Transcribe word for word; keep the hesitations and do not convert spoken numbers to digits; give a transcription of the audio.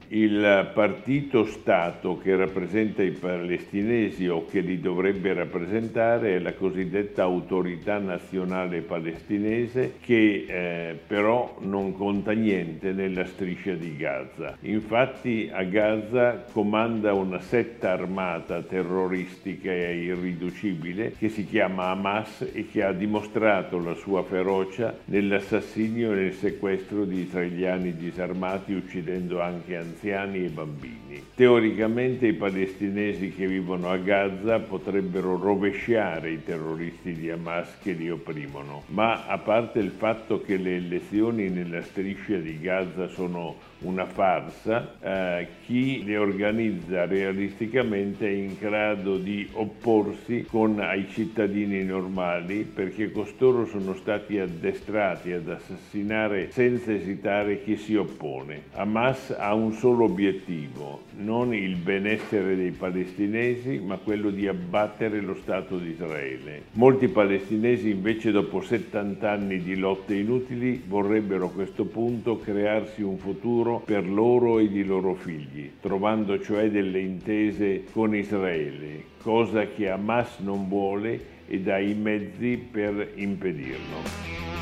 Il partito Stato che rappresenta i palestinesi o che li dovrebbe rappresentare è la cosiddetta Autorità Nazionale Palestinese, che eh, però non conta niente nella striscia di Gaza. Infatti a Gaza comanda una setta armata terroristica e irriducibile che si chiama Hamas e che ha dimostrato la sua ferocia nell'assassinio e nel sequestro di israeliani disarmati, uccidendo anche anziani anziani e bambini. Teoricamente i palestinesi che vivono a Gaza potrebbero rovesciare i terroristi di Hamas che li opprimono, ma a parte il fatto che le elezioni nella striscia di Gaza sono una farsa, eh, chi le organizza realisticamente è in grado di opporsi con ai cittadini normali, perché costoro sono stati addestrati ad assassinare senza esitare chi si oppone. Hamas ha un solo obiettivo, non il benessere dei palestinesi, ma quello di abbattere lo Stato di Israele. Molti palestinesi invece, dopo settanta anni di lotte inutili, vorrebbero a questo punto crearsi un futuro per loro e i loro figli, trovando cioè delle intese con Israele, cosa che Hamas non vuole ed ha i mezzi per impedirlo.